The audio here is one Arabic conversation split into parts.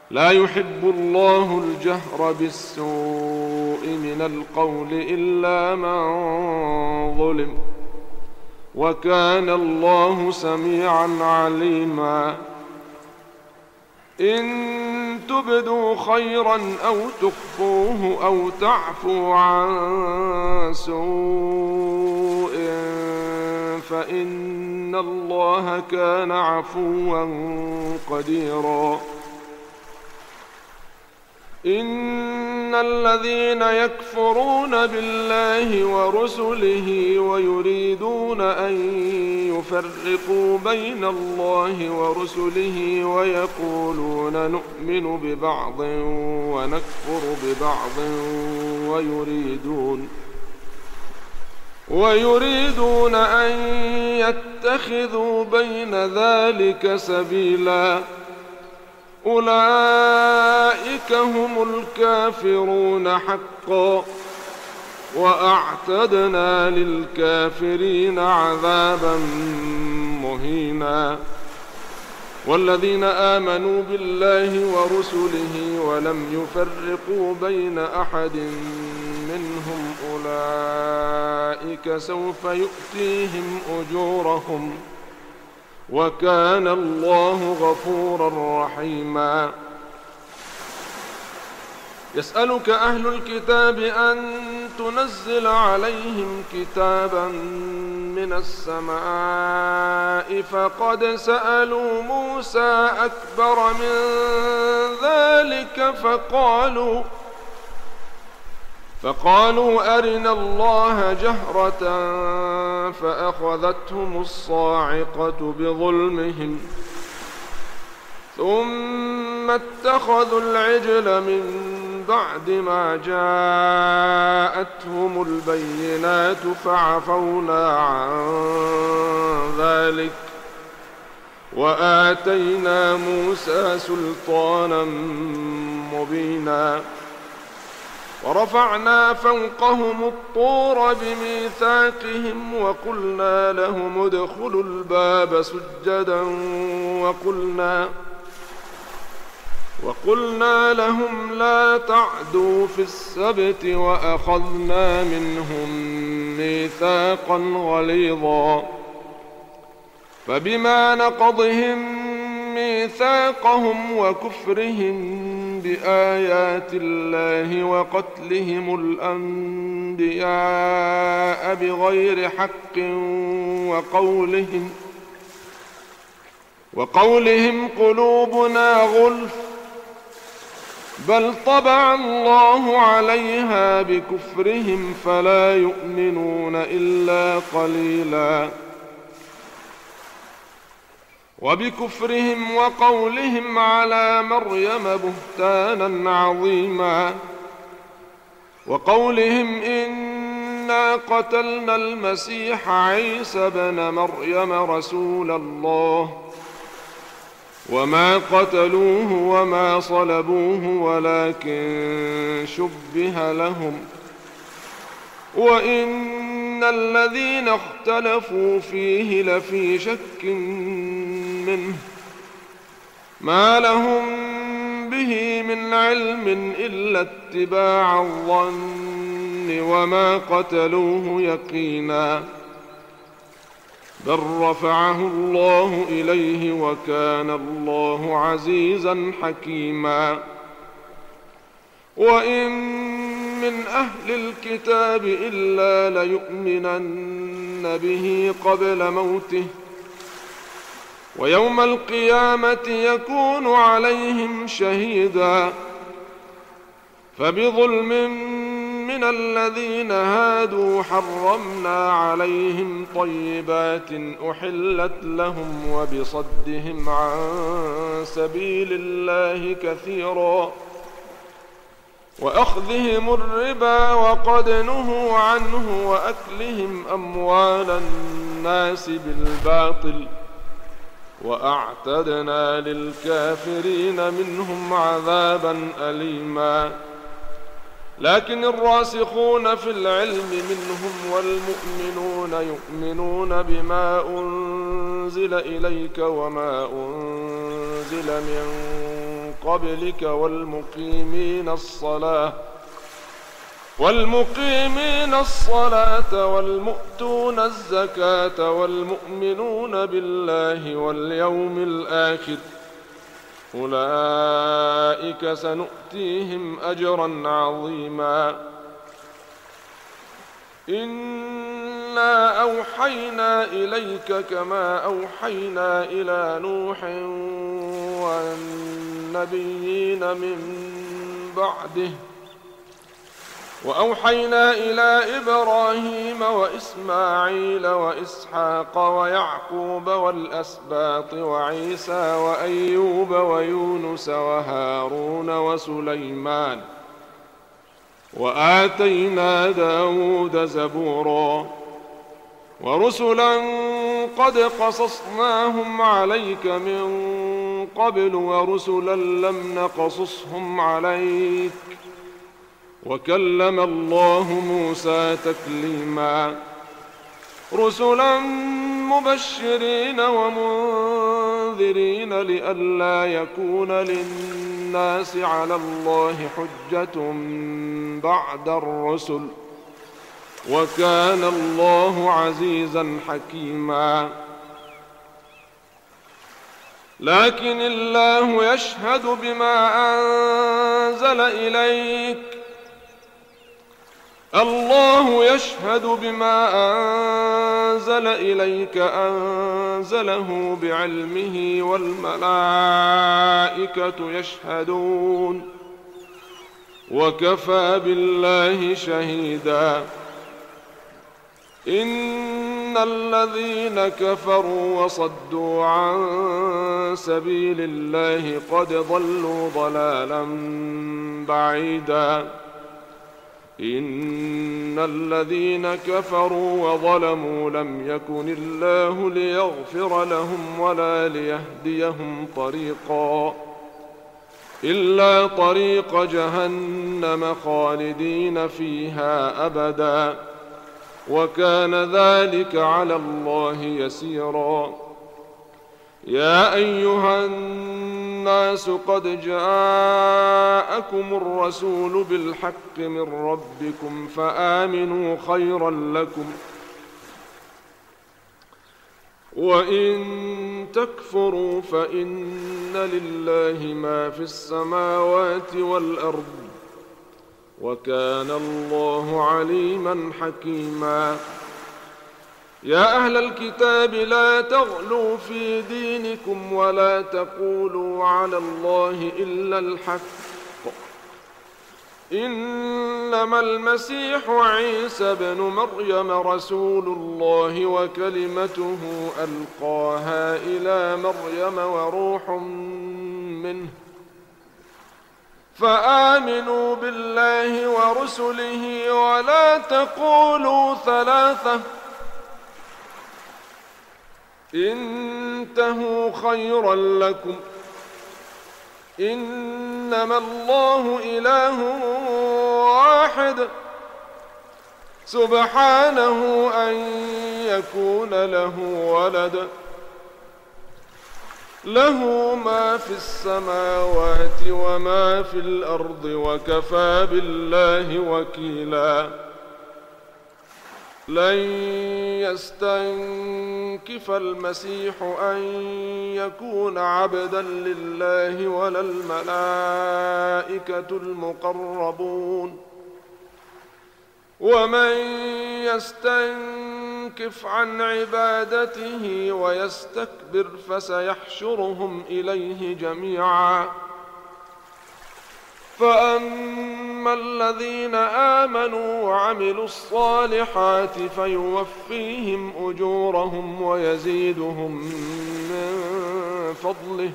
لا يحب الله الجهر بالسوء من القول إلا من ظلم، وكان الله سميعا عليما. إن تبدوا خيرا أو تخفوه أو تعفوا عن سوء فإن الله كان عفوا قديرا. إن الذين يكفرون بالله ورسله ويريدون أن يفرقوا بين الله ورسله ويقولون نؤمن ببعض ونكفر ببعض ويريدون أن يتخذوا بين ذلك سبيلا، أولئك هم الكافرون حقا، وأعتدنا للكافرين عذابا مهينا. والذين آمنوا بالله ورسله ولم يفرقوا بين أحد منهم أولئك سوف يؤتيهم أجورهم، وكان الله غفورا رحيما. يسألك أهل الكتاب أن تنزل عليهم كتابا من السماء فقد سألوا موسى أكبر من ذلك فقالوا أرنا الله جهرة فأخذتهم الصاعقة بظلمهم ثم اتخذوا العجل من بعد ما جاءتهم البينات فعفونا عن ذلك وآتينا موسى سلطانا مبينا. ورفعنا فوقهم الطور بميثاقهم وقلنا لهم ادخلوا الباب سجدا وقلنا لهم لا تعدوا في السبت وأخذنا منهم ميثاقا غليظا. فبما نقضهم ميثاقهم وكفرهم بآيات الله وقتلهم الأنبياء بغير حق وقولهم قلوبنا غلف بل طبع الله عليها بكفرهم فلا يؤمنون إلا قليلا. وبكفرهم وقولهم على مريم بهتانا عظيما وقولهم إنا قتلنا المسيح عيسى بن مريم رسول الله وما قتلوه وما صلبوه ولكن شبه لهم وإن الذين اختلفوا فيه لفي شك منه ما لهم به من علم إلا اتباع الظن وما قتلوه يقينا بل رفعه الله إليه وكان الله عزيزا حكيما. وإن من أهل الكتاب إلا ليؤمنن به قبل موته ويوم القيامة يكون عليهم شهيدا. فبظلم من الذين هادوا حرمنا عليهم طيبات أحلت لهم وبصدهم عن سبيل الله كثيرا وأخذهم الربا وقد نهوا عنه وأكلهم أموال الناس بالباطل وأعتدنا للكافرين منهم عذابا أليما. لكن الراسخون في العلم منهم والمؤمنون يؤمنون بما أنزل إليك وما أنزل من قبلك والمقيمين الصلاة والمؤتون الزكاة والمؤمنون بالله واليوم الآخر أولئك سنؤتيهم أجرا عظيما. إنا أوحينا إليك كما أوحينا إلى نوح والنبيين من بعده وأوحينا إلى إبراهيم وإسماعيل وإسحاق ويعقوب والأسباط وعيسى وأيوب ويونس وهارون وسليمان وآتينا داود زبورا ورسلا قد قصصناهم عليك من قبل ورسلا لم نقصصهم عليك وكلم الله موسى تكليما رسلا مبشرين ومنذرين لئلا يكون للناس على الله حجة بعد الرسل وكان الله عزيزا حكيما. لكن الله يشهد بما أنزل إليك أنزله بعلمه والملائكة يشهدون وكفى بالله شهيدا. إن الذين كفروا وصدوا عن سبيل الله قد ضلوا ضلالا بعيدا. إن الذين كفروا وظلموا لم يكن الله ليغفر لهم ولا ليهديهم طريقا إلا طريق جهنم خالدين فيها أبدا وكان ذلك على الله يسيرا. يا أيها الناس قد جاءكم الرسول بالحق من ربكم فآمنوا خيرا لكم وإن تكفروا فإن لله ما في السماوات والأرض وكان الله عليما حكيما. يا أهل الكتاب لا تغلوا في دينكم ولا تقولوا على الله إلا الحق إنما المسيح عيسى بن مريم رسول الله وكلمته ألقاها إلى مريم وروح منه فآمنوا بالله ورسله ولا تقولوا ثلاثة انتهوا خيرا لكم إنما الله إله واحد سبحانه أن يكون له ولد له ما في السماوات وما في الأرض وكفى بالله وكيلا. لن يستنكف المسيح أن يكون عبدا لله ولا الملائكة المقربون ومن يستنكف عن عبادته ويستكبر فسيحشرهم إليه جميعا. فأما الذين آمنوا وعملوا الصالحات فيوفيهم أجورهم ويزيدهم من فضله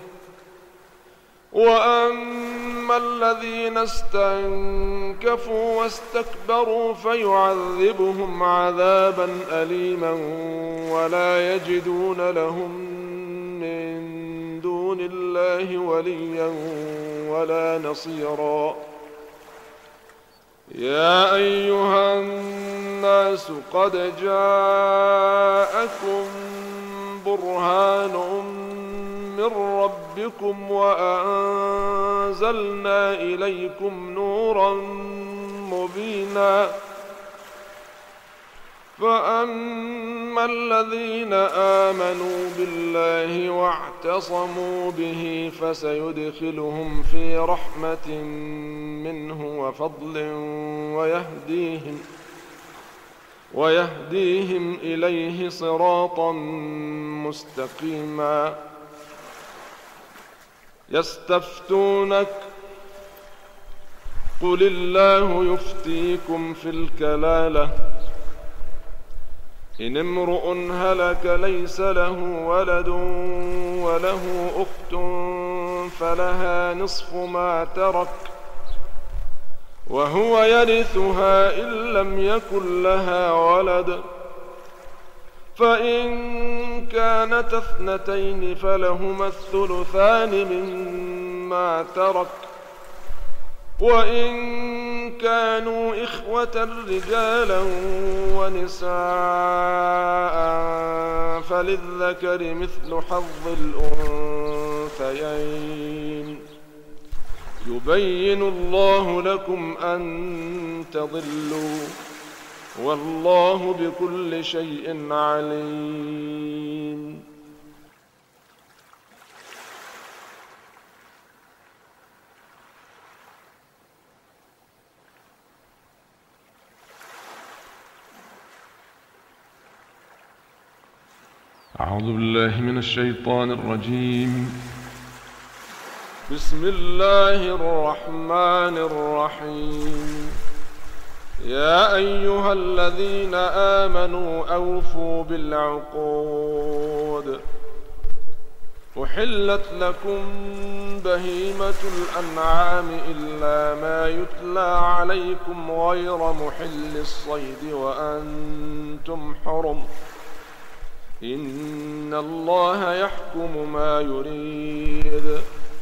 وأما الذين استنكفوا واستكبروا فيعذبهم عذابا أليما ولا يجدون لهم من دون الله وليا ولا نصيرا. يا أيها الناس قد جاءكم برهان من من ربكم وأنزلنا إليكم نورا مبينا. فأما الذين آمنوا بالله واعتصموا به فسيدخلهم في رحمة منه وفضل ويهديهم إليه صراطا مستقيما. يستفتونك قل الله يفتيكم في الكلالة إن امرؤ هلك ليس له ولد وله أخت فلها نصف ما ترك وهو يرثها إن لم يكن لها ولد، فإن كانت اثنتين فلهما الثلثان مما ترك، وإن كانوا إخوة رجالا ونساء فللذكر مثل حظ الأنثيين. يبين الله لكم أن تضلوا والله بكل شيء عليم. أعوذ بالله من الشيطان الرجيم. بسم الله الرحمن الرحيم. يا أيها الذين آمنوا أوفوا بالعقود. أحلت لكم بهيمة الأنعام إلا ما يتلى عليكم غير محل الصيد وأنتم حرم، إن الله يحكم ما يريد.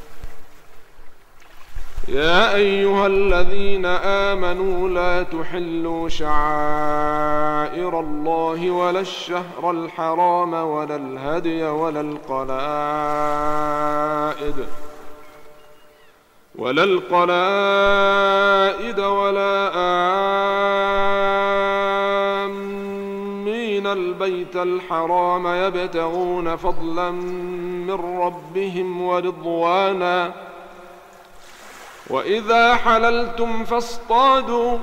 يا أيها الذين آمنوا لا تحلوا شعائر الله ولا الشهر الحرام ولا الهدي ولا القلائد ولا آمين البيت الحرام يبتغون فضلا من ربهم ورضوانا، وإذا حللتم فاصطادوا،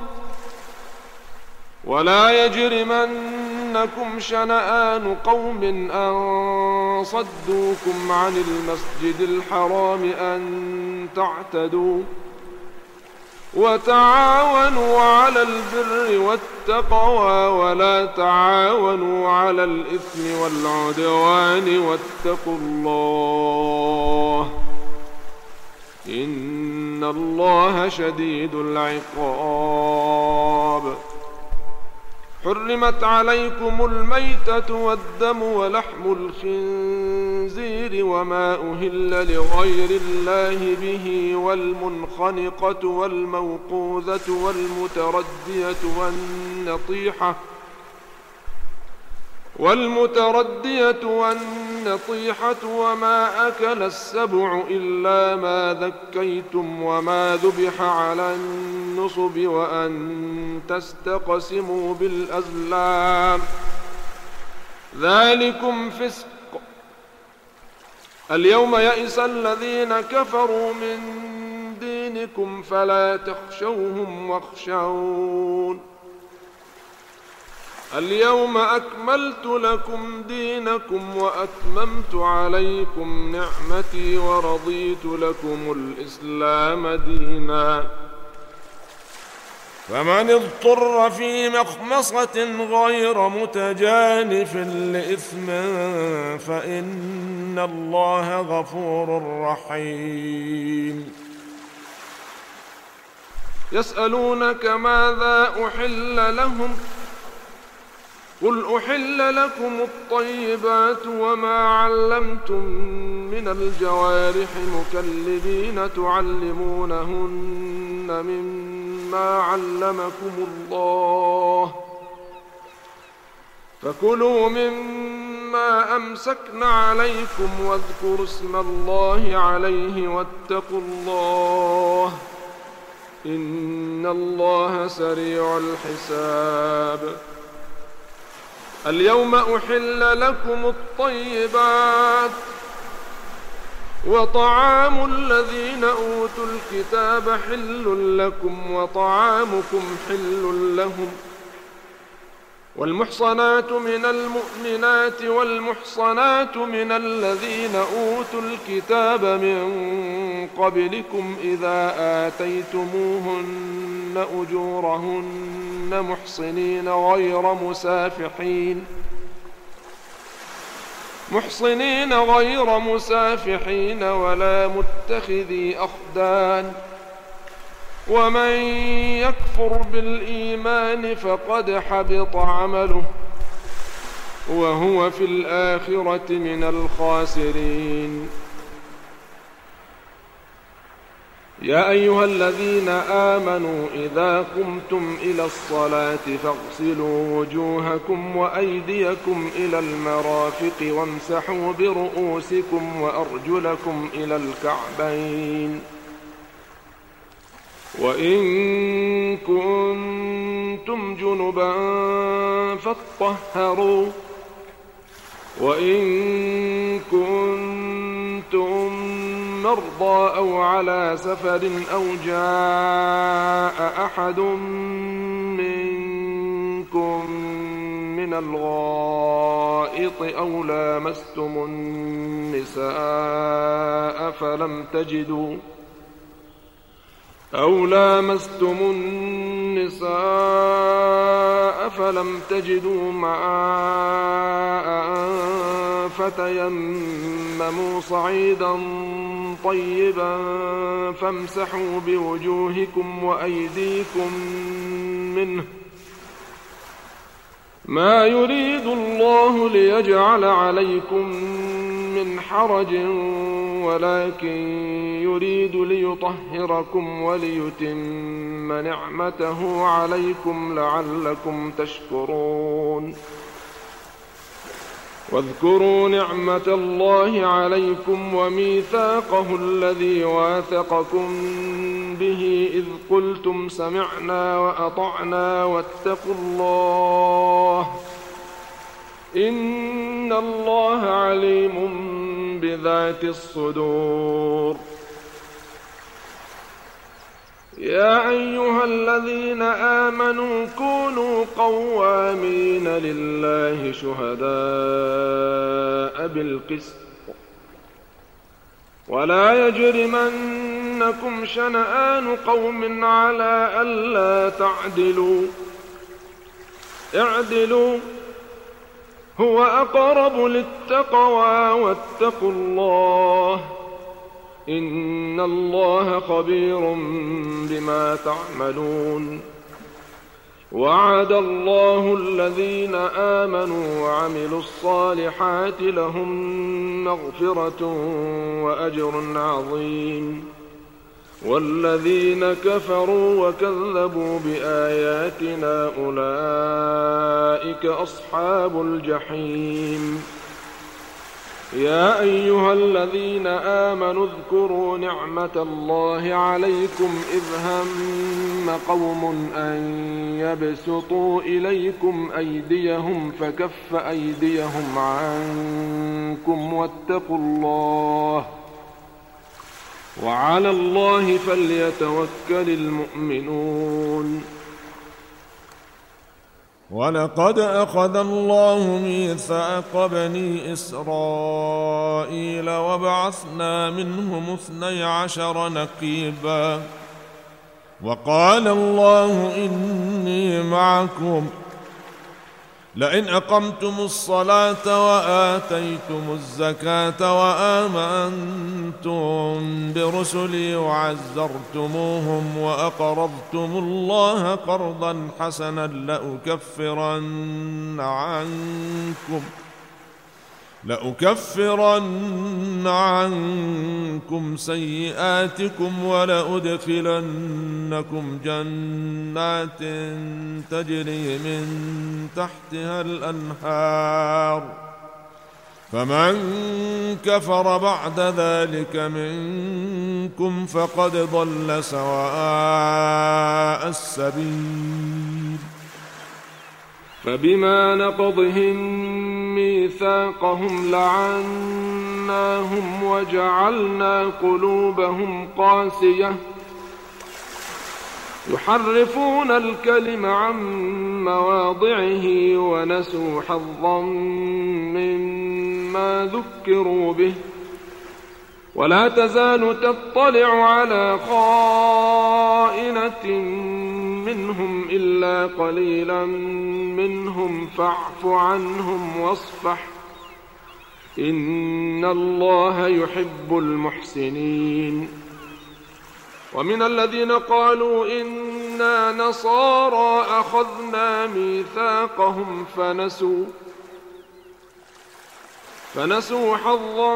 ولا يجرمنكم شنآن قوم أن صدوكم عن المسجد الحرام أن تعتدوا، وتعاونوا على البر والتقوى ولا تعاونوا على الإثم والعدوان واتقوا الله إن الله شديد العقاب. حرمت عليكم الميتة والدم ولحم الخنزير وما أهل لغير الله به والمنخنقة والموقوذة والمتردية والنطيحة وما أكل السبع إلا ما ذكيتم وما ذبح على النصب وأن تستقسموا بالأزلام، ذلكم فسق. اليوم يئس الذين كفروا من دينكم فلا تخشوهم واخشون. اليوم أكملت لكم دينكم وأتممت عليكم نعمتي ورضيت لكم الإسلام دينا. فمن اضطر في مخمصة غير متجانف لإثم فإن الله غفور رحيم. يسألونك ماذا أحل لهم قل أحل لكم الطيبات وما علمتم من الجوارح مكلبين تعلمونهن مما علمكم الله، فكلوا مما ما أمسكن عليكم واذكروا اسم الله عليه واتقوا الله إن الله سريع الحساب. اليوم أحل لكم الطيبات وطعام الذين أوتوا الكتاب حل لكم وطعامكم حل لهم، والمحصنات من المؤمنات والمحصنات من الذين أوتوا الكتاب من قبلكم إذا آتيتموهن أجورهن محصنين غير مسافحين ولا متخذي أخدان، ومن يكفر بالإيمان فقد حبط عمله وهو في الآخرة من الخاسرين. يا أيها الذين آمنوا إذا قمتم إلى الصلاة فاغسلوا وجوهكم وأيديكم إلى المرافق وامسحوا برؤوسكم وأرجلكم إلى الكعبين، وإن كنتم جنبا فاطهروا، وإن كنتم مرضى أو على سفر أو جاء أحد منكم من الغائط أو لامستم النساء فلم تجدوا ماء فتيمموا صعيدا طيبا فامسحوا بوجوهكم وأيديكم منه، ما يريد الله ليجعل عليكم من حرج ولكن يريد ليطهركم وليتم نعمته عليكم لعلكم تشكرون. واذكروا نعمة الله عليكم وميثاقه الذي واثقكم به إذ قلتم سمعنا وأطعنا واتقوا الله إن الله عليم بذات الصدور. يا أيها الذين آمنوا كونوا قوامين لله شهداء بالقسط ولا يجرمنكم شنآن قوم على ألا تعدلوا، اعدلوا هو أقرب للتقوى واتقوا الله إن الله خبير بما تعملون. وعد الله الذين آمنوا وعملوا الصالحات لهم مغفرة وأجر عظيم، والذين كفروا وكذبوا بآياتنا أولئك أصحاب الجحيم. يا أيها الذين آمنوا اذكروا نعمة الله عليكم إذ هم قوم أن يبسطوا إليكم أيديهم فكف أيديهم عنكم واتقوا الله وعلى الله فليتوكل المؤمنون. ولقد أخذ الله ميثاق بني إسرائيل وبعثنا منهم 12 نقيبا وقال الله إني معكم لئن أقمتم الصلاة وآتيتم الزكاة وآمنتم برسلي وعزرتموهم وأقرضتم الله قرضا حسنا لأكفرن عنكم سيئاتكم ولأدخلنكم جنات تجري من تحتها الأنهار فمن كفر بعد ذلك منكم فقد ضل سواء السبيل. فبما نقضهم ميثاقهم لعناهم وجعلنا قلوبهم قاسية يحرفون الكلم عن مواضعه ونسوا حظا مما ذكروا به ولا تزال تطلع على خائنة منهم إلا قليلا منهم فاعف عنهم واصفح إن الله يحب المحسنين. ومن الذين قالوا إنا نصارى أخذنا ميثاقهم فنسوا حظا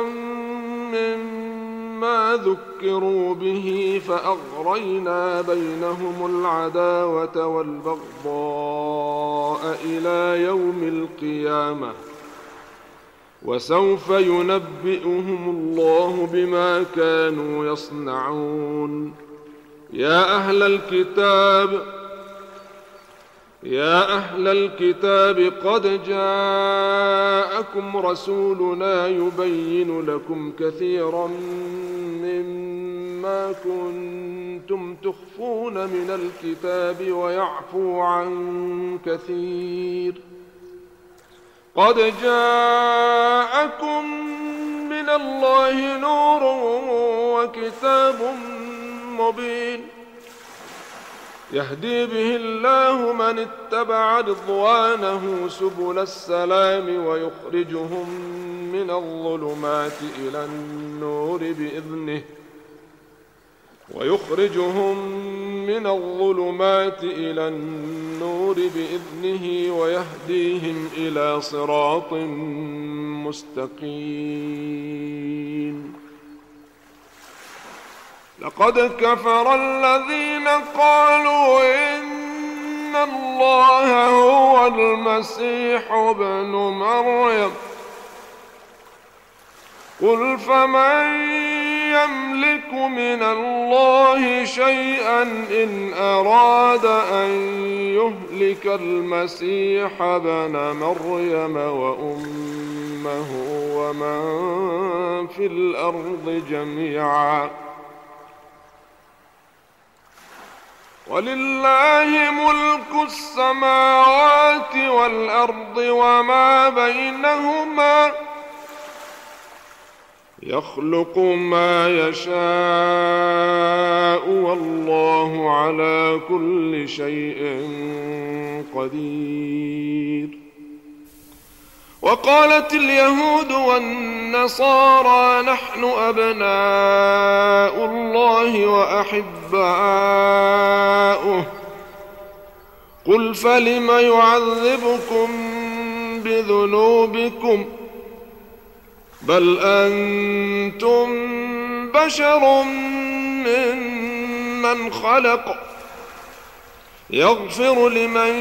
مما ذكروا به فأغرينا بينهم العداوة والبغضاء إلى يوم القيامة وسوف ينبئهم الله بما كانوا يصنعون. يا أهل الكتاب قد جاءكم رسولنا يبين لكم كثيرا مما كنتم تخفون من الكتاب ويعفو عن كثير. قد جاءكم من الله نور وكتاب مبين يهدي به الله من اتبع رضوانه سبل السلام ويخرجهم من الظلمات إلى النور بإذنه ويهديهم إلى صراط مستقيم. لقد كفر الذين قالوا إن الله هو المسيح ابن مريم قل فمن يملك من الله شيئا إن أراد أن يهلك المسيح ابن مريم وأمه ومن في الأرض جميعا ولله ملك السماوات والأرض وما بينهما يخلق ما يشاء والله على كل شيء قدير. وقالت اليهود والنصارى نحن أبناء الله وأحباؤه قل فلم يعذبكم بذنوبكم بل أنتم بشر ممن خلق يغفر لمن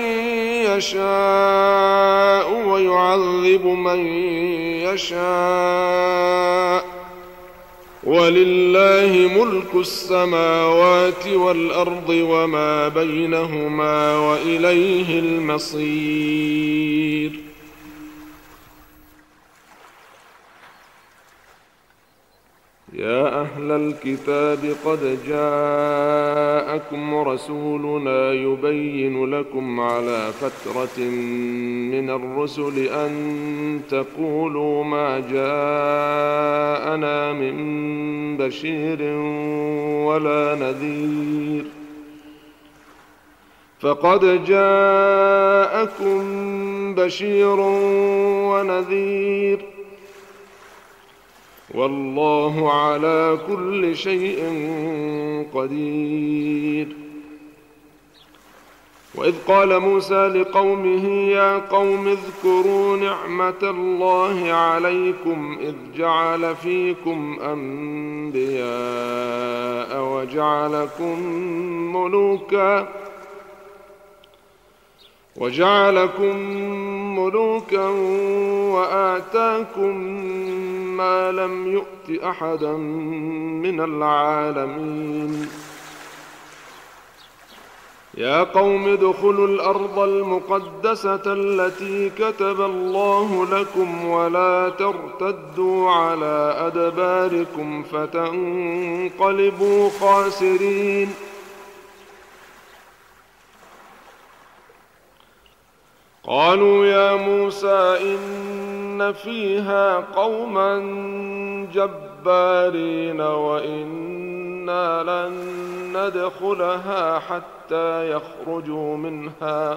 يشاء ويعذب من يشاء ولله ملك السماوات والأرض وما بينهما وإليه المصير. يا أهل الكتاب قد جاءكم رسولنا يبين لكم على فترة من الرسل أن تقولوا ما جاءنا من بشير ولا نذير فقد جاءكم بشير ونذير والله على كل شيء قدير. وإذ قال موسى لقومه يا قوم اذكروا نعمة الله عليكم إذ جعل فيكم أنبياء وجعلكم ملوكا وآتاكم ما لم يؤت أحدا من العالمين. يا قوم ادخلوا الأرض المقدسة التي كتب الله لكم ولا ترتدوا على أدباركم فتنقلبوا خاسرين. قالوا يا موسى إن فيها قوما جبارين وإنا لن ندخلها حتى يخرجوا منها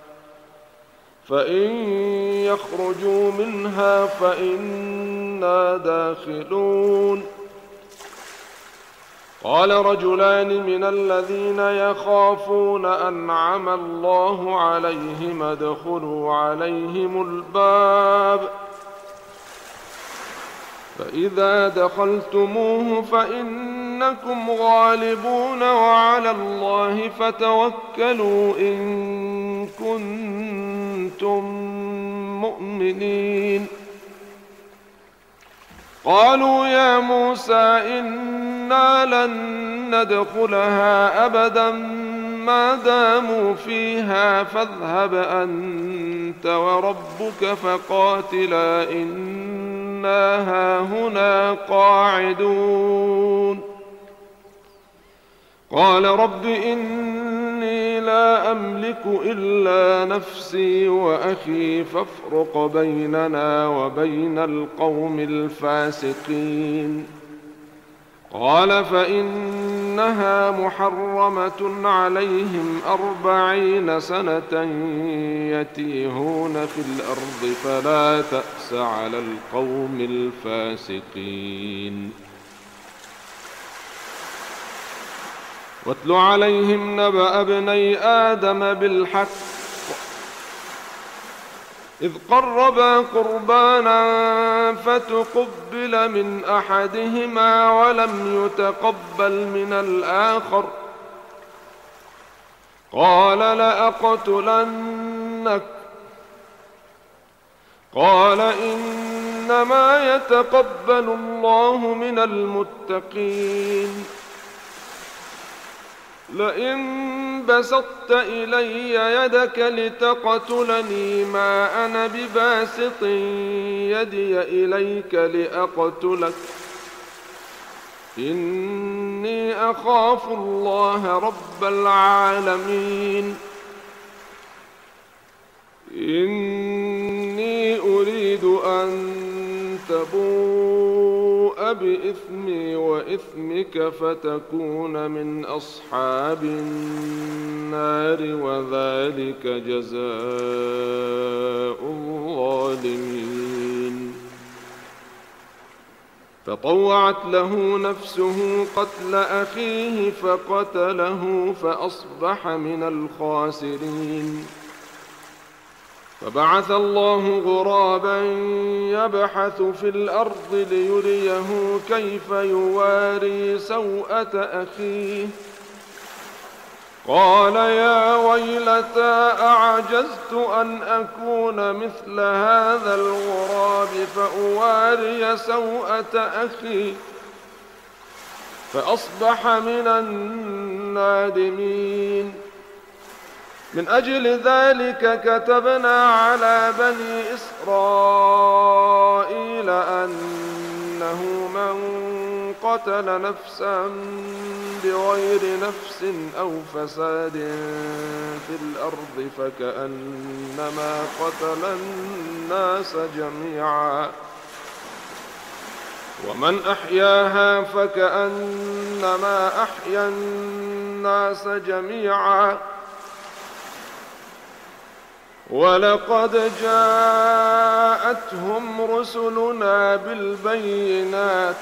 فإن يخرجوا منها فإنا داخلون. قال رجلان من الذين يخافون أنعم الله عليهم ادخلوا عليهم الباب فإذا دخلتموه فإنكم غالبون وعلى الله فتوكلوا إن كنتم مؤمنين. قالوا يا موسى إنا لن ندخلها أبدا ما داموا فيها فاذهب أنت وربك فقاتلا إنا هاهنا قاعدون. قال رب إني لا أملك إلا نفسي وأخي فافرق بيننا وبين القوم الفاسقين. قال فإنها محرمة عليهم 40 سنة يتيهون في الأرض فلا تأس على القوم الفاسقين. واتل عليهم نبأ ابني آدم بالحق إذ قربا قربانا فتقبل من أحدهما ولم يتقبل من الآخر قال لأقتلنك قال إنما يتقبل الله من المتقين. لئن بسطت إلي يدك لتقتلني ما أنا بباسط يدي إليك لأقتلك إني أخاف الله رب العالمين. إني أريد أن تبوء بإثمي وإثمك فتكون من أصحاب النار وذلك جزاء الظالمين. فطوعت له نفسه قتل أخيه فقتله فأصبح من الخاسرين. فبعث الله غرابا يبحث في الأرض ليريه كيف يواري سوءة أخيه قال يا ويلتى أعجزت أن أكون مثل هذا الغراب فأواري سوءة أخي فأصبح من النادمين. من أجل ذلك كتبنا على بني إسرائيل أنه من قتل نفسا بغير نفس أو فساد في الأرض فكأنما قتل الناس جميعا ومن أحياها فكأنما أحيا الناس جميعا. ولقد جاءتهم رسلنا بالبينات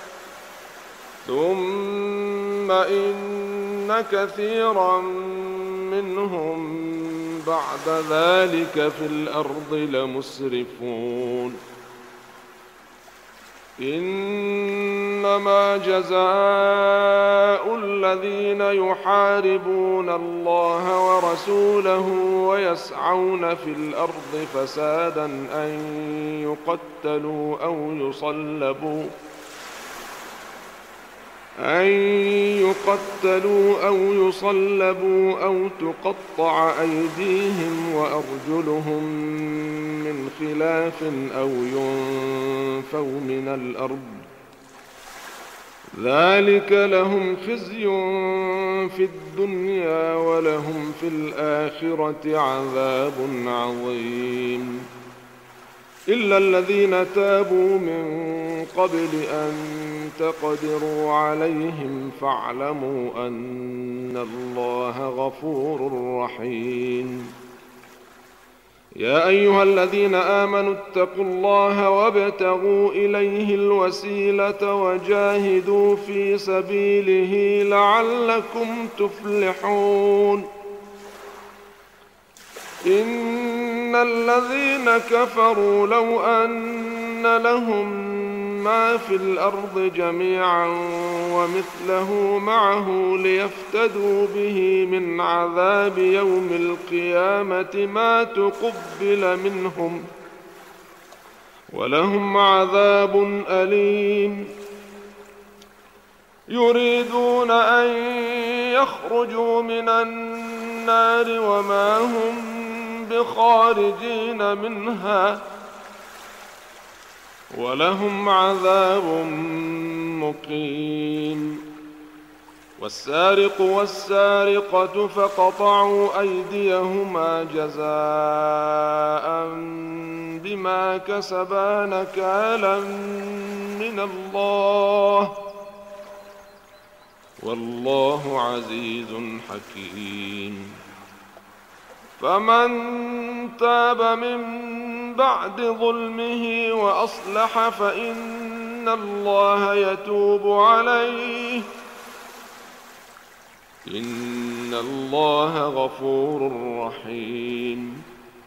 ثم إن كثيرا منهم بعد ذلك في الأرض لمسرفون. إنما جزاء الذين يحاربون الله ورسوله ويسعون في الأرض فسادا أن يقتلوا أو يصلبوا أو تقطع أيديهم وأرجلهم من خلاف أو ينفوا من الأرض ذلك لهم خزي في الدنيا ولهم في الآخرة عذاب عظيم إلا الذين تابوا من قبل أن تقدروا عليهم فاعلموا أن الله غفور رحيم يا أيها الذين آمنوا اتقوا الله وابتغوا إليه الوسيلة وجاهدوا في سبيله لعلكم تفلحون إن الذين كفروا لو أن لهم ما في الأرض جميعا ومثله معه ليفتدوا به من عذاب يوم القيامة ما تقبل منهم ولهم عذاب أليم يريدون أن يخرجوا من النار وما هم بخارجين منها ولهم عذاب مقيم والسارق والسارقة فقطعوا أيديهما جزاء بما كسبا نكالا من الله والله عزيز حكيم فمن تاب من بعد ظلمه وأصلح فإن الله يتوب عليه إن الله غفور رحيم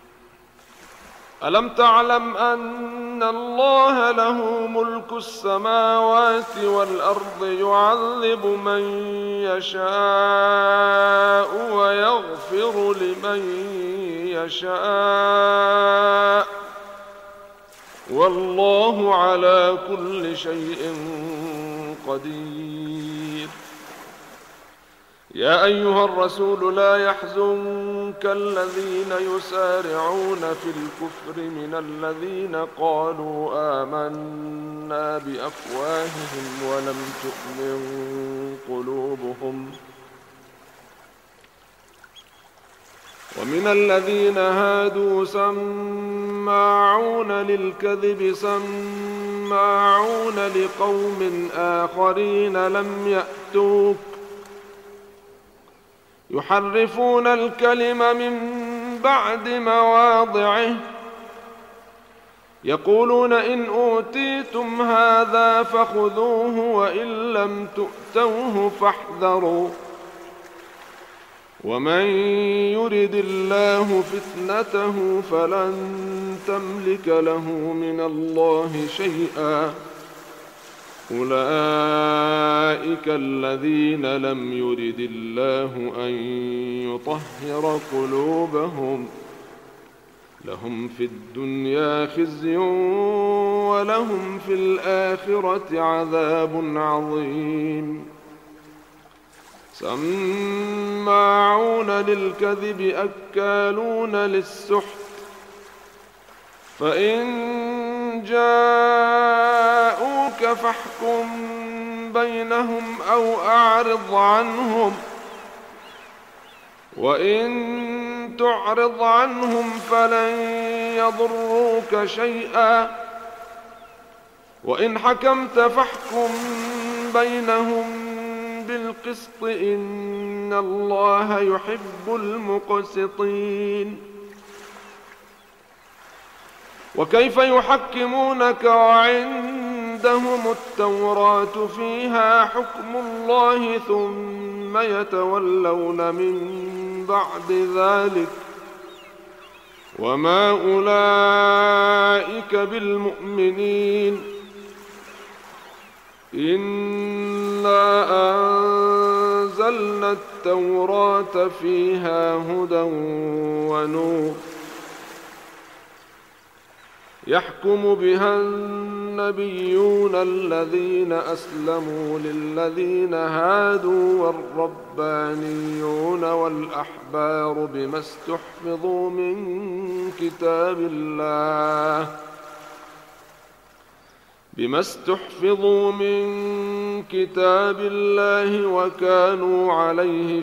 ألم تعلم أن الله له ملك السماوات والأرض يعذب من يشاء ويغفر لمن يشاء والله على كل شيء قدير يا أيها الرسول لا يحزنك الذين يسارعون في الكفر من الذين قالوا آمنا بأفواههم ولم تؤمن قلوبهم ومن الذين هادوا سماعون للكذب سماعون لقوم آخرين لم يأتوك يحرفون الكلم من بعد مواضعه يقولون إن أوتيتم هذا فخذوه وإن لم تؤتوه فاحذروا ومن يرد الله فتنته فلن تملك له من الله شيئا أولئك الذين لم يرد الله أن يطهر قلوبهم لهم في الدنيا خزي ولهم في الآخرة عذاب عظيم سماعون للكذب أكالون للسحت فإن جاءوك فاحكم بينهم أو أعرض عنهم وإن تعرض عنهم فلن يضروك شيئا وإن حكمت فاحكم بينهم بالقسط إن الله يحب المقسطين وكيف يحكمونك وعندهم التوراة فيها حكم الله ثم يتولون من بعد ذلك وما أولئك بالمؤمنين إنا أنزلنا التوراة فيها هدى ونور يحكم بها النبيون الذين أسلموا للذين هادوا والربانيون والأحبار بما استحفظوا من كتاب الله وكانوا عليه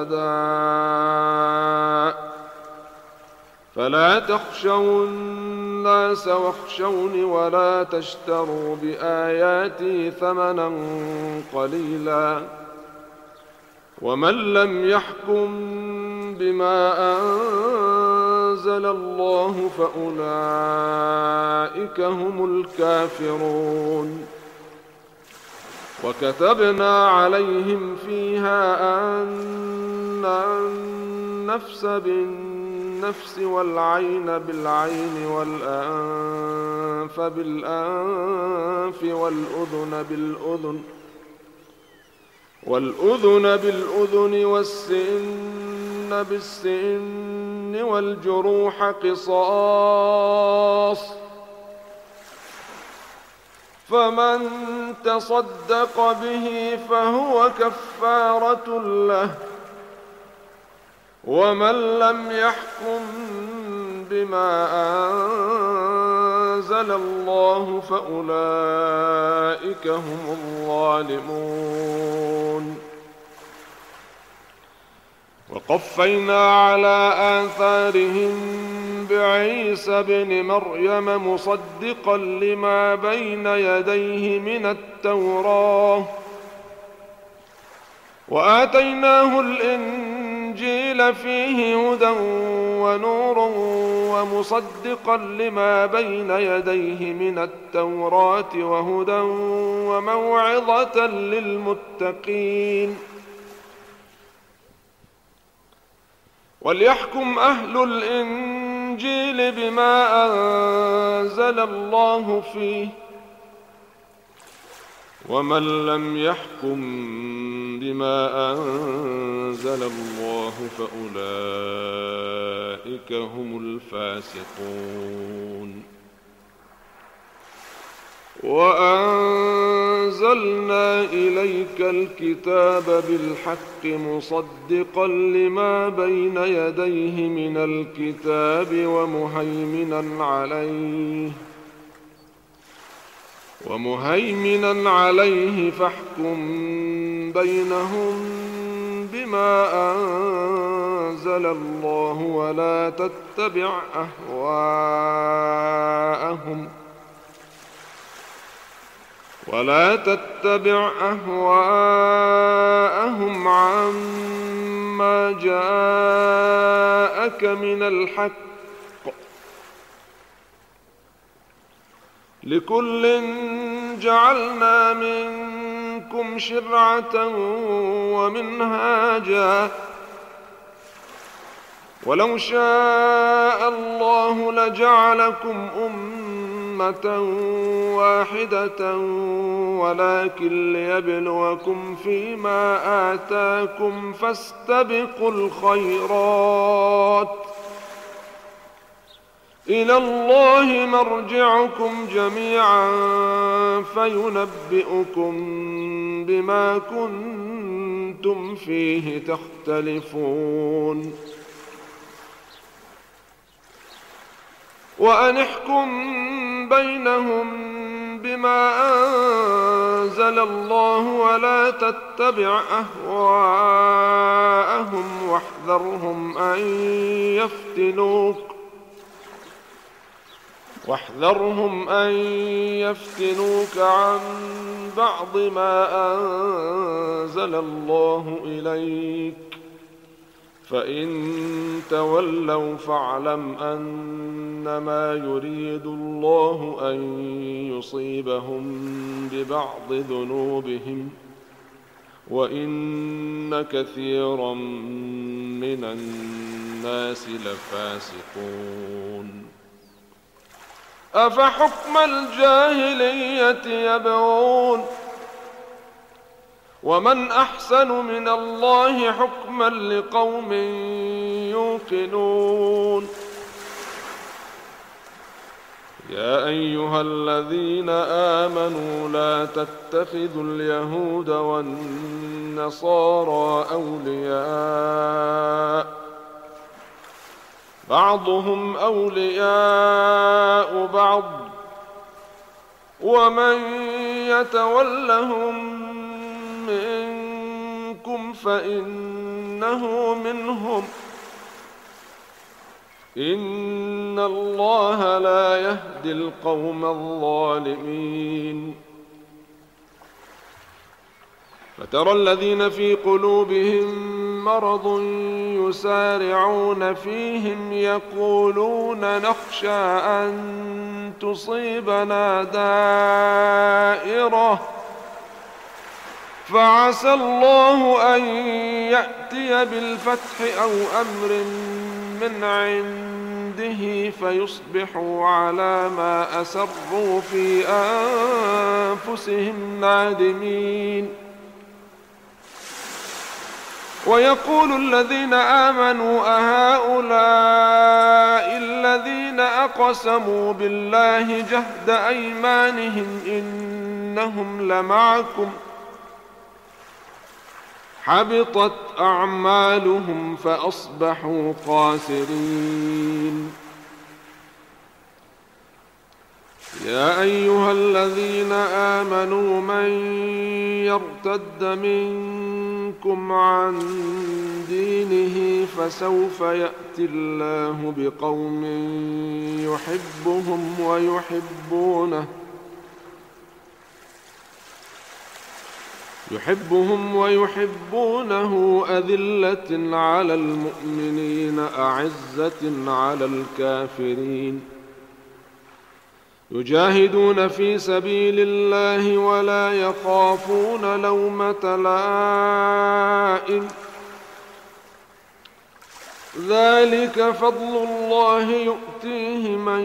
شهداء فلا تخشوا الناس واخشوني ولا تشتروا بآياتي ثمنا قليلا ومن لم يحكم بما أنزل الله فأولئك هم الكافرون وكتبنا عليهم فيها أن النفس بالنفس والعين بالعين والأنف بالأنف والأذن بالأذن والسن بالسن والجروح قصاص فمن تصدق به فهو كفارة له ومن لم يحكم بما أنزل الله فأولئك هم الظالمون وقفينا على آثارهم بعيسى بن مريم مصدقا لما بين يديه من التوراة وآتيناه الإنجيل فيه هدى ونور ومصدقا لما بين يديه من التوراة وهدى وموعظة للمتقين وليحكم أهل الإنجيل بما أنزل الله فيه ومن لم يحكم بما أنزل الله فأولئك هم الفاسقون وأنزلنا إليك الكتاب بالحق مصدقا لما بين يديه من الكتاب ومهيمنا عليه فاحكم بينهم بما أنزل الله ولا تتبع أهواءهم عما جاءك من الحق لكل جعلنا منكم شرعة ومنهاجا ولو شاء الله لجعلكم أمة واحدة ولكن ليبلوكم فيما آتاكم فاستبقوا الخيرات إلى الله مرجعكم جميعا فينبئكم بما كنتم فيه تختلفون وأن احكم بينهم بما أنزل الله ولا تتبع أهواءهم واحذرهم أن يفتنوك عن بعض ما أنزل الله إليك فإن تولوا فاعلم أنما يريد الله أن يصيبهم ببعض ذنوبهم وإن كثيرا من الناس لفاسقون أفحكم الجاهلية يبغون ومن أحسن من الله حكما لقوم يوقنون. يا أيها الذين آمنوا لا تتخذوا اليهود والنصارى أولياء بعضهم أولياء بعض ومن يتولهم منكم فإنه منهم إن الله لا يهدي القوم الظالمين. فترى الذين في قلوبهم مرض يسارعون فيهم يقولون نخشى أن تصيبنا دائرة فعسى الله أن يأتي بالفتح أو أمر من عنده فيصبحوا على ما أسروا في أنفسهم نادمين. ويقول الذين آمنوا أهؤلاء الذين أقسموا بالله جهد أيمانهم إنهم لمعكم حبطت أعمالهم فأصبحوا خاسرين. يا أيها الذين آمنوا من يرتد منكم عن دينه فسوف يأتي الله بقوم يحبهم ويحبونه أذلة على المؤمنين أعزة على الكافرين يجاهدون في سبيل الله ولا يخافون لومة لائم ذلك فضل الله يؤتيه من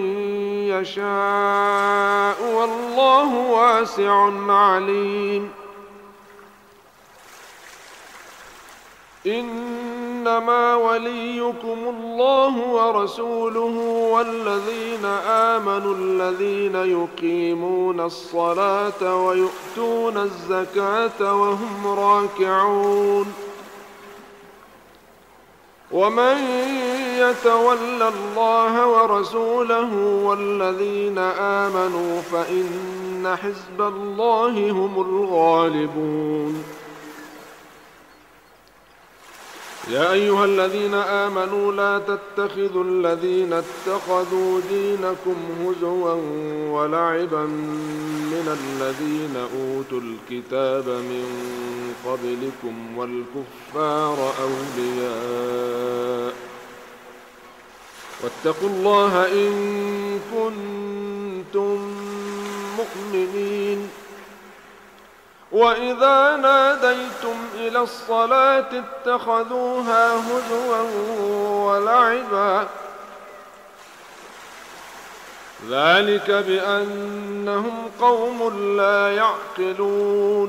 يشاء والله واسع عليم. إنما وليكم الله ورسوله والذين آمنوا الذين يقيمون الصلاة ويؤتون الزكاة وهم راكعون ومن يتول الله ورسوله والذين آمنوا فإن حزب الله هم الغالبون. يا أيها الذين آمنوا لا تتخذوا الذين اتخذوا دينكم هزوا ولعبا من الذين أوتوا الكتاب من قبلكم والكفار أولياء واتقوا الله إن كنتم مؤمنين. وإذا ناديتم إلى الصلاة اتخذوها هزوا ولعبا ذلك بأنهم قوم لا يعقلون.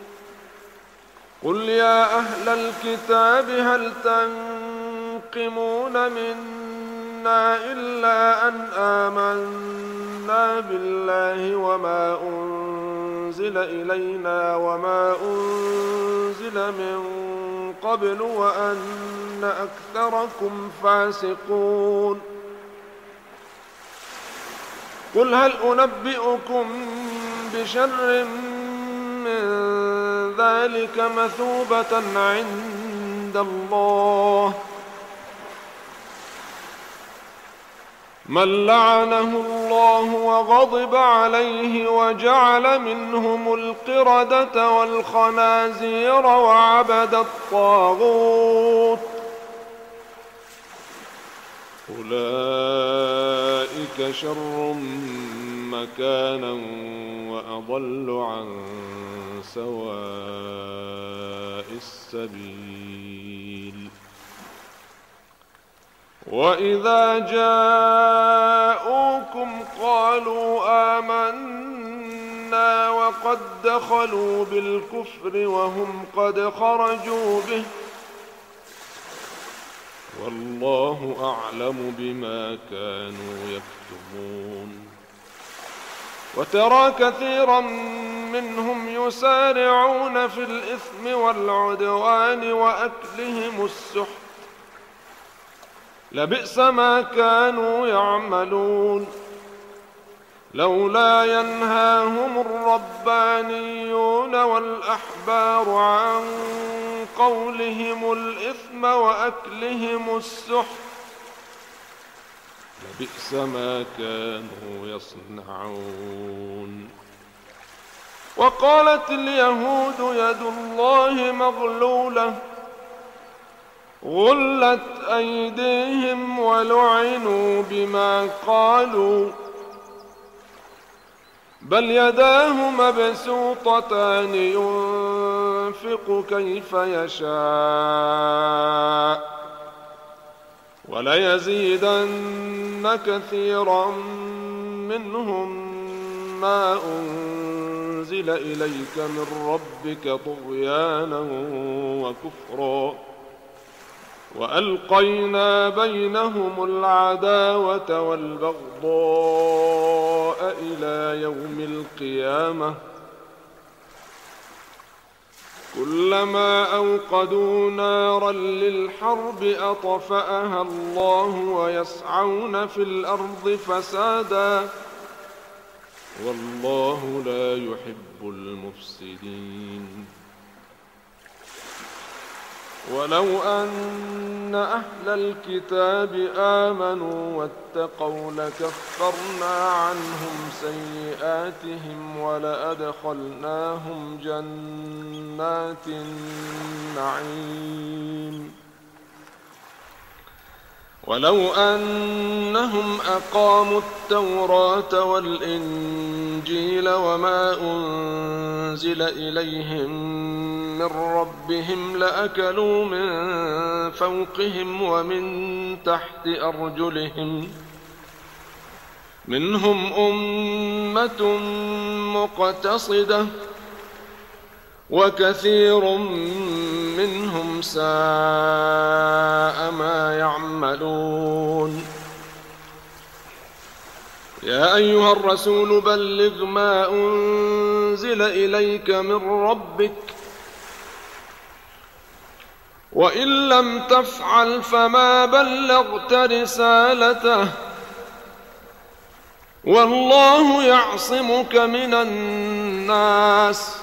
قل يا أهل الكتاب هل تنقمون منا إلا أن آمنا بالله وما أنزل إلينا وما أنزل من قبل وأن أكثركم فاسقون. قل هل أنبئكم بشر من ذلك مثوبة عند الله من لعنه الله وغضب عليه وجعل منهم القردة والخنازير وعبد الطاغوت أولئك شر مكانا وأضل عن سواء السبيل. وإذا جاءوكم قالوا آمنا وقد دخلوا بالكفر وهم قد خرجوا به والله أعلم بما كانوا يكتمون وترى كثيرا منهم يسارعون في الإثم والعدوان وأكلهم السحت لبئس ما كانوا يعملون لولا ينهاهم الربانيون والأحبار عن قولهم الإثم وأكلهم السحت لبئس ما كانوا يصنعون وقالت اليهود يد الله مغلولة غلت أيديهم ولعنوا بما قالوا بل يداه مبسوطتان ينفق كيف يشاء وليزيدن كثيرا منهم ما أنزل إليك من ربك طغيانا وكفرا وألقينا بينهم العداوة والبغضاء إلى يوم القيامة كلما أوقدوا نارا للحرب أطفأها الله ويسعون في الأرض فسادا والله لا يحب المفسدين ولو أن أهل الكتاب آمنوا واتقوا لكفرنا عنهم سيئاتهم ولأدخلناهم جنات النعيم ولو أنهم أقاموا التوراة والإنجيل وما أنزل إليهم من ربهم لأكلوا من فوقهم ومن تحت أرجلهم منهم أمة مقتصدة وكثير منهم ساء ما يعملون يا أيها الرسول بلغ ما أنزل إليك من ربك وإن لم تفعل فما بلغت رسالته والله يعصمك من الناس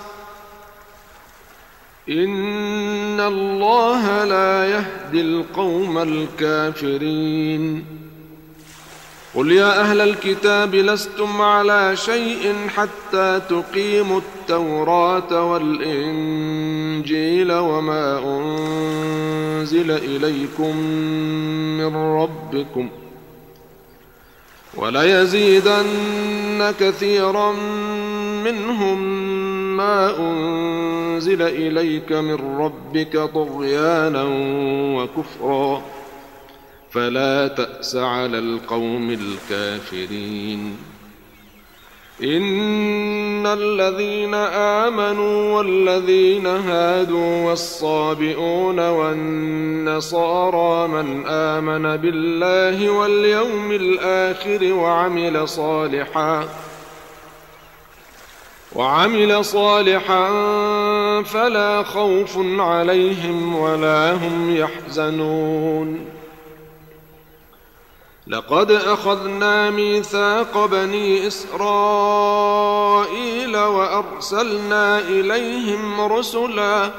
إن الله لا يهدي القوم الكافرين قل يا أهل الكتاب لستم على شيء حتى تقيموا التوراة والإنجيل وما أنزل إليكم من ربكم وليزيدن كثيرا منهم ما أنزل إليك من ربك طغيانا وكفرا فلا تأس على القوم الكافرين إن الذين آمنوا والذين هادوا والصابئون والنصارى من آمن بالله واليوم الآخر وعمل صالحا فلا خوف عليهم ولا هم يحزنون لقد أخذنا ميثاق بني إسرائيل وأرسلنا إليهم رسلا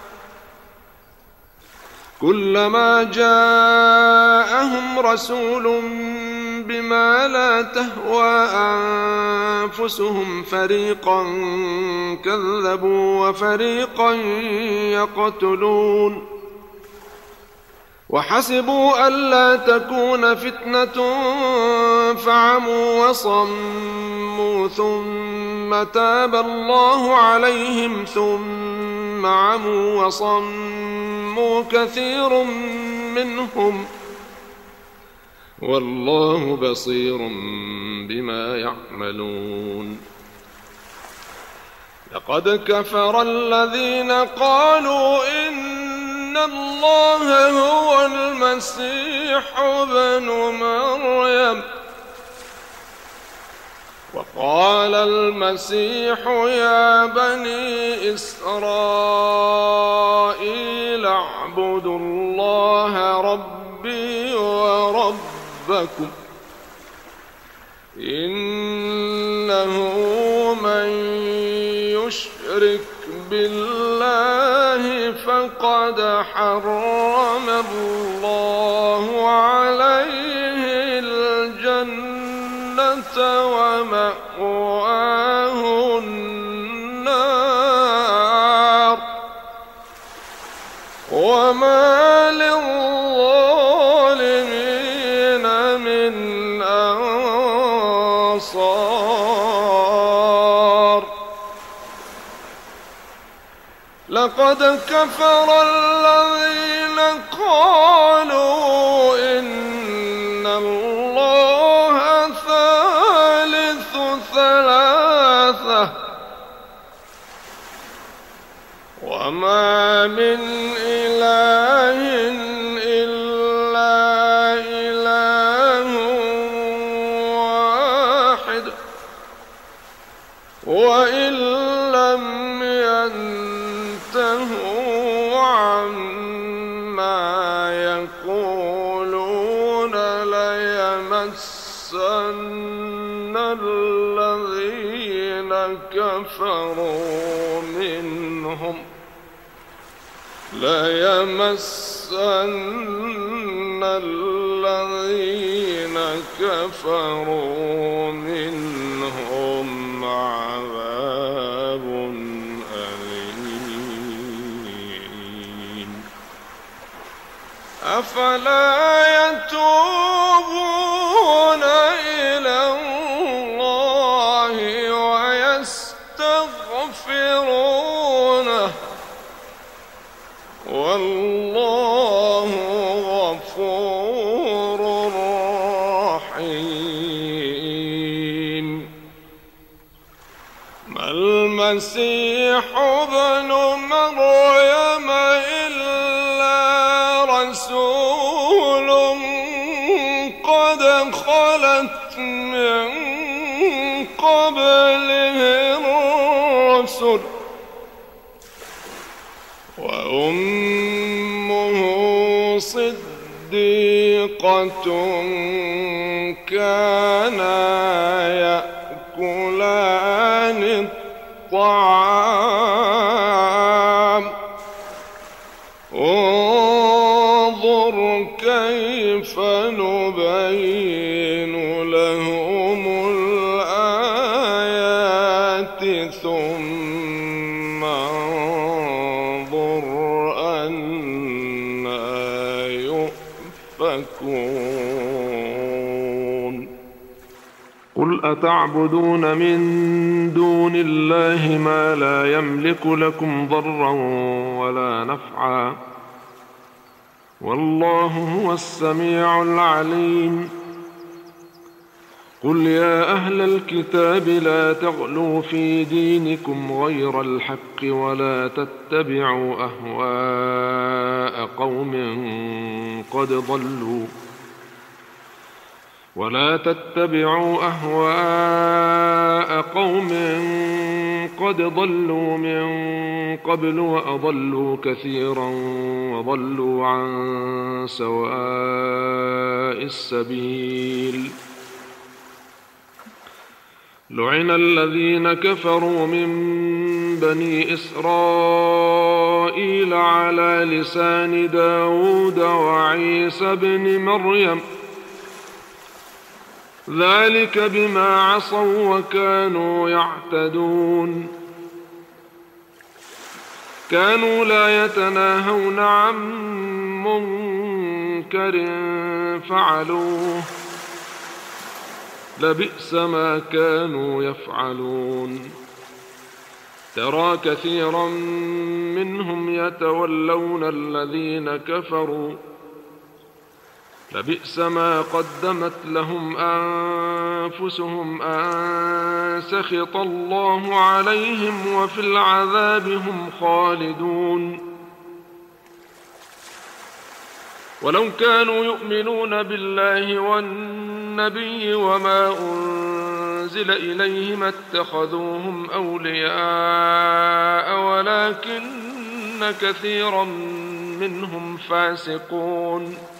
كلما جاءهم رسول بما لا تهوى أنفسهم فريقا كذبوا وفريقا يقتلون وحسبوا ألا تكون فتنة فعموا وصموا ثم تاب الله عليهم ثم عموا وصموا كثير منهم والله بصير بما يعملون لقد كفر الذين قالوا إن الله هو المسيح ابن مريم وقال المسيح يا بني إسرائيل اعبدوا الله ربي وربكم إنه من يشرك بالله فقد حرم الله عليه الجنة ومأواه النار وما للظالمين من أنصار لقد كفر الذين قالوا إن الله ثالث ثلاثة وما من إله إلا إله واحد وإن لم ينتهوا عما يقولون ليمسن الذين كفروا منهم عذاب أليم أفلا يتوبون إلى الله ويستغفرونه والله غفور رحيم ما المسيح ابن مريم إلا رسول قد خلت من قبله الرسل وأمه صديقة كانا يأكلان الطعام انظر كيف نبين لهم الآيات ثم انظر أنى يؤفكون قل أتعبدون من دون الله ما لا يملك لكم ضرا ولا نفعا والله هو السميع العليم قل يا أهل الكتاب لا تغلوا في دينكم غير الحق ولا تتبعوا أهواء قوم قد ضلوا من قبل وأضلوا كثيرا وضلوا عن سواء السبيل لعن الذين كفروا من بني إسرائيل على لسان داود وعيسى بن مريم ذلك بما عصوا وكانوا يعتدون كانوا لا يتناهون عن منكر فعلوه لبئس ما كانوا يفعلون ترى كثيرا منهم يتولون الذين كفروا لبئس ما قدمت لهم أنفسهم أن سخط الله عليهم وفي العذاب هم خالدون. ولو كانوا يؤمنون بالله والنبي وما أنزل إليه ما اتخذوهم أولياء ولكن كثيرا منهم فاسقون.